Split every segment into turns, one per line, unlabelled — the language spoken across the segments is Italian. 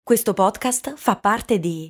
Questo podcast fa parte di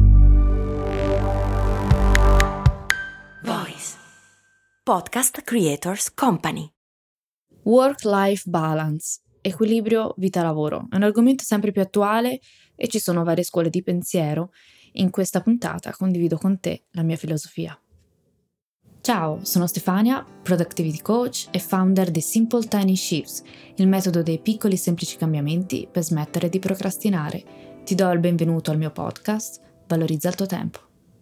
Voice Podcast Creators Company.
Work-life balance, equilibrio vita-lavoro, è un argomento sempre più attuale e ci sono varie scuole di pensiero. In questa puntata condivido con te la mia filosofia. Ciao, sono Stefania, Productivity Coach e founder di Simple Tiny Shifts, il metodo dei piccoli e semplici cambiamenti per smettere di procrastinare. Ti do il benvenuto al mio podcast, Valorizza il tuo tempo.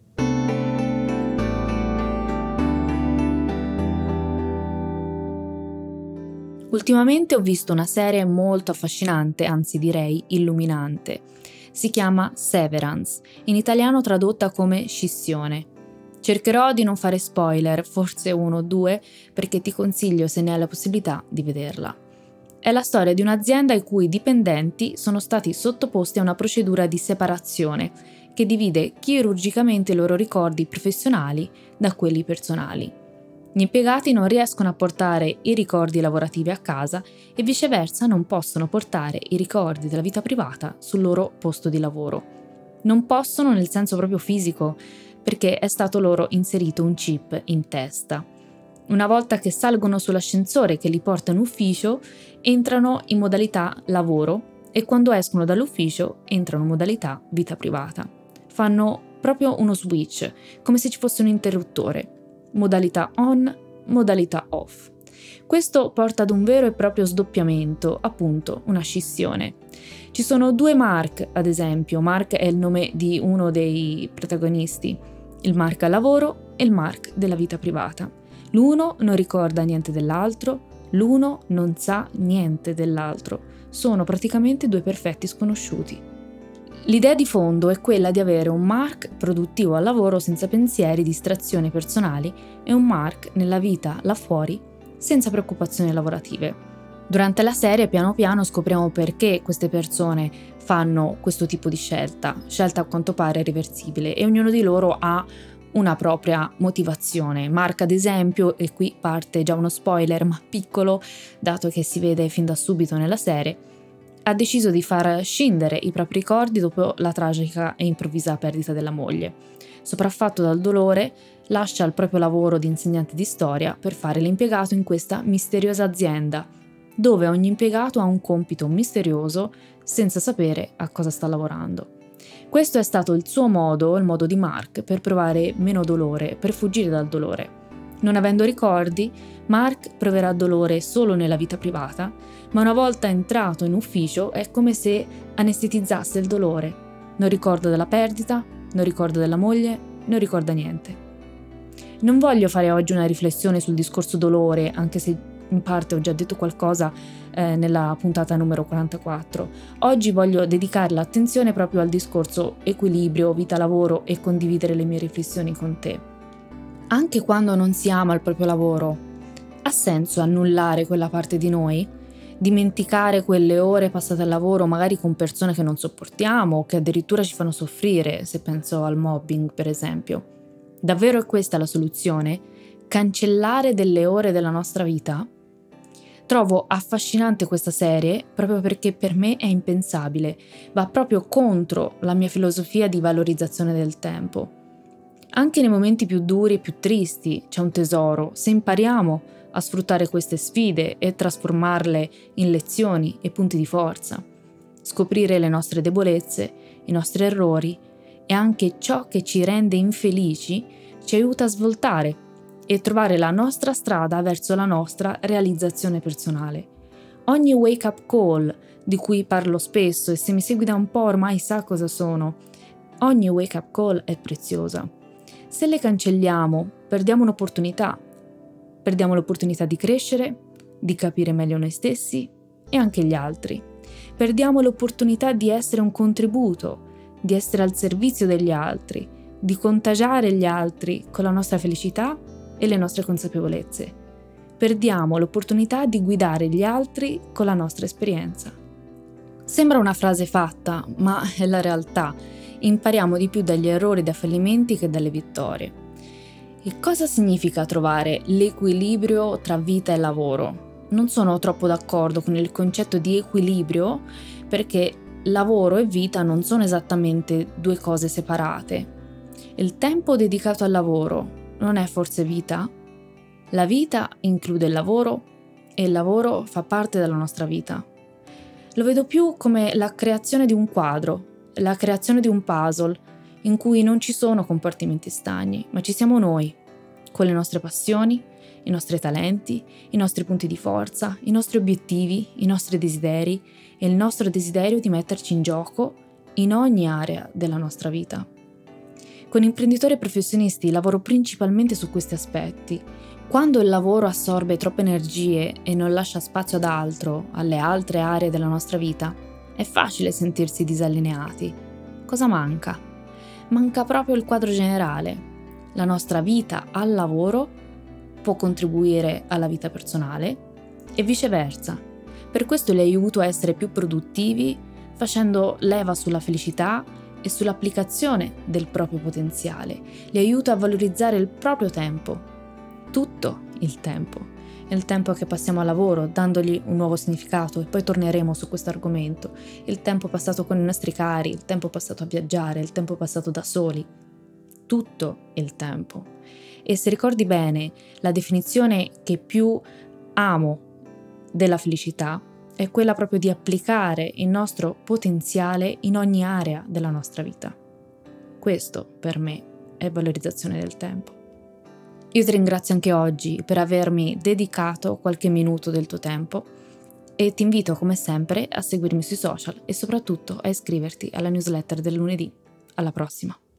Ultimamente ho visto una serie molto affascinante, anzi direi illuminante. Si chiama Severance, in italiano tradotta come Scissione. Cercherò di non fare spoiler, forse 1 o 2, perché ti consiglio, se ne hai la possibilità, di vederla. È la storia di un'azienda i cui dipendenti sono stati sottoposti a una procedura di separazione che divide chirurgicamente i loro ricordi professionali da quelli personali. Gli impiegati non riescono a portare i ricordi lavorativi a casa e viceversa non possono portare i ricordi della vita privata sul loro posto di lavoro. Non possono nel senso proprio fisico, perché è stato loro inserito un chip in testa. Una volta che salgono sull'ascensore che li porta in ufficio, entrano in modalità lavoro e quando escono dall'ufficio entrano in modalità vita privata. Fanno proprio uno switch, come se ci fosse un interruttore. Modalità on, modalità off. Questo porta ad un vero e proprio sdoppiamento, appunto una scissione. Ci sono 2 Mark, ad esempio. Mark è il nome di uno dei protagonisti. Il Mark al lavoro e il Mark della vita privata. L'uno non ricorda niente dell'altro, l'uno non sa niente dell'altro. Sono praticamente 2 perfetti sconosciuti. L'idea di fondo è quella di avere un Mark produttivo al lavoro senza pensieri, distrazioni personali e un Mark nella vita là fuori senza preoccupazioni lavorative. Durante la serie piano piano scopriamo perché queste persone fanno questo tipo di scelta a quanto pare irreversibile, e ognuno di loro ha una propria motivazione. Mark, ad esempio, e qui parte già uno spoiler ma piccolo, dato che si vede fin da subito nella serie, ha deciso di far scindere i propri ricordi dopo la tragica e improvvisa perdita della moglie. Sopraffatto dal dolore, lascia il proprio lavoro di insegnante di storia per fare l'impiegato in questa misteriosa azienda, dove ogni impiegato ha un compito misterioso senza sapere a cosa sta lavorando. Questo è stato il suo modo, il modo di Mark, per provare meno dolore, per fuggire dal dolore. Non avendo ricordi, Mark proverà dolore solo nella vita privata, ma una volta entrato in ufficio è come se anestetizzasse il dolore. Non ricorda della perdita, non ricorda della moglie, non ricorda niente. Non voglio fare oggi una riflessione sul discorso dolore, anche se in parte ho già detto qualcosa nella puntata numero 44. Oggi voglio dedicare l'attenzione proprio al discorso equilibrio, vita-lavoro e condividere le mie riflessioni con te. Anche quando non si ama il proprio lavoro, ha senso annullare quella parte di noi? Dimenticare quelle ore passate al lavoro magari con persone che non sopportiamo o che addirittura ci fanno soffrire, se penso al mobbing per esempio. Davvero è questa la soluzione? Cancellare delle ore della nostra vita? Trovo affascinante questa serie proprio perché per me è impensabile, va proprio contro la mia filosofia di valorizzazione del tempo. Anche nei momenti più duri e più tristi c'è un tesoro, se impariamo a sfruttare queste sfide e trasformarle in lezioni e punti di forza. Scoprire le nostre debolezze, i nostri errori e anche ciò che ci rende infelici ci aiuta a svoltare e trovare la nostra strada verso la nostra realizzazione personale. Ogni wake-up call, di cui parlo spesso e se mi segui da un po' ormai sa cosa sono, ogni wake-up call è preziosa. Se le cancelliamo, perdiamo un'opportunità. Perdiamo l'opportunità di crescere, di capire meglio noi stessi e anche gli altri. Perdiamo l'opportunità di essere un contributo, di essere al servizio degli altri, di contagiare gli altri con la nostra felicità e le nostre consapevolezze. Perdiamo l'opportunità di guidare gli altri con la nostra esperienza. Sembra una frase fatta, ma è la realtà. Impariamo di più dagli errori e dai fallimenti che dalle vittorie. E cosa significa trovare l'equilibrio tra vita e lavoro? Non sono troppo d'accordo con il concetto di equilibrio perché lavoro e vita non sono esattamente due cose separate. Il tempo dedicato al lavoro non è forse vita? La vita include il lavoro e il lavoro fa parte della nostra vita. Lo vedo più come la creazione di un quadro, la creazione di un puzzle, in cui non ci sono compartimenti stagni, ma ci siamo noi, con le nostre passioni, i nostri talenti, i nostri punti di forza, i nostri obiettivi, i nostri desideri e il nostro desiderio di metterci in gioco in ogni area della nostra vita. Con imprenditori e professionisti lavoro principalmente su questi aspetti. Quando il lavoro assorbe troppe energie e non lascia spazio ad altro, alle altre aree della nostra vita, è facile sentirsi disallineati. Cosa manca? Manca proprio il quadro generale. La nostra vita al lavoro può contribuire alla vita personale e viceversa. Per questo li aiuto a essere più produttivi, facendo leva sulla felicità e sull'applicazione del proprio potenziale. Li aiuto a valorizzare il proprio tempo, tutto il tempo che passiamo al lavoro, dandogli un nuovo significato, e poi torneremo su questo argomento, il tempo passato con i nostri cari, il tempo passato a viaggiare, il tempo passato da soli, tutto il tempo. E se ricordi bene, la definizione che più amo della felicità è quella proprio di applicare il nostro potenziale in ogni area della nostra vita. Questo per me è valorizzazione del tempo. Io ti ringrazio anche oggi per avermi dedicato qualche minuto del tuo tempo e ti invito come sempre a seguirmi sui social e soprattutto a iscriverti alla newsletter del lunedì. Alla prossima!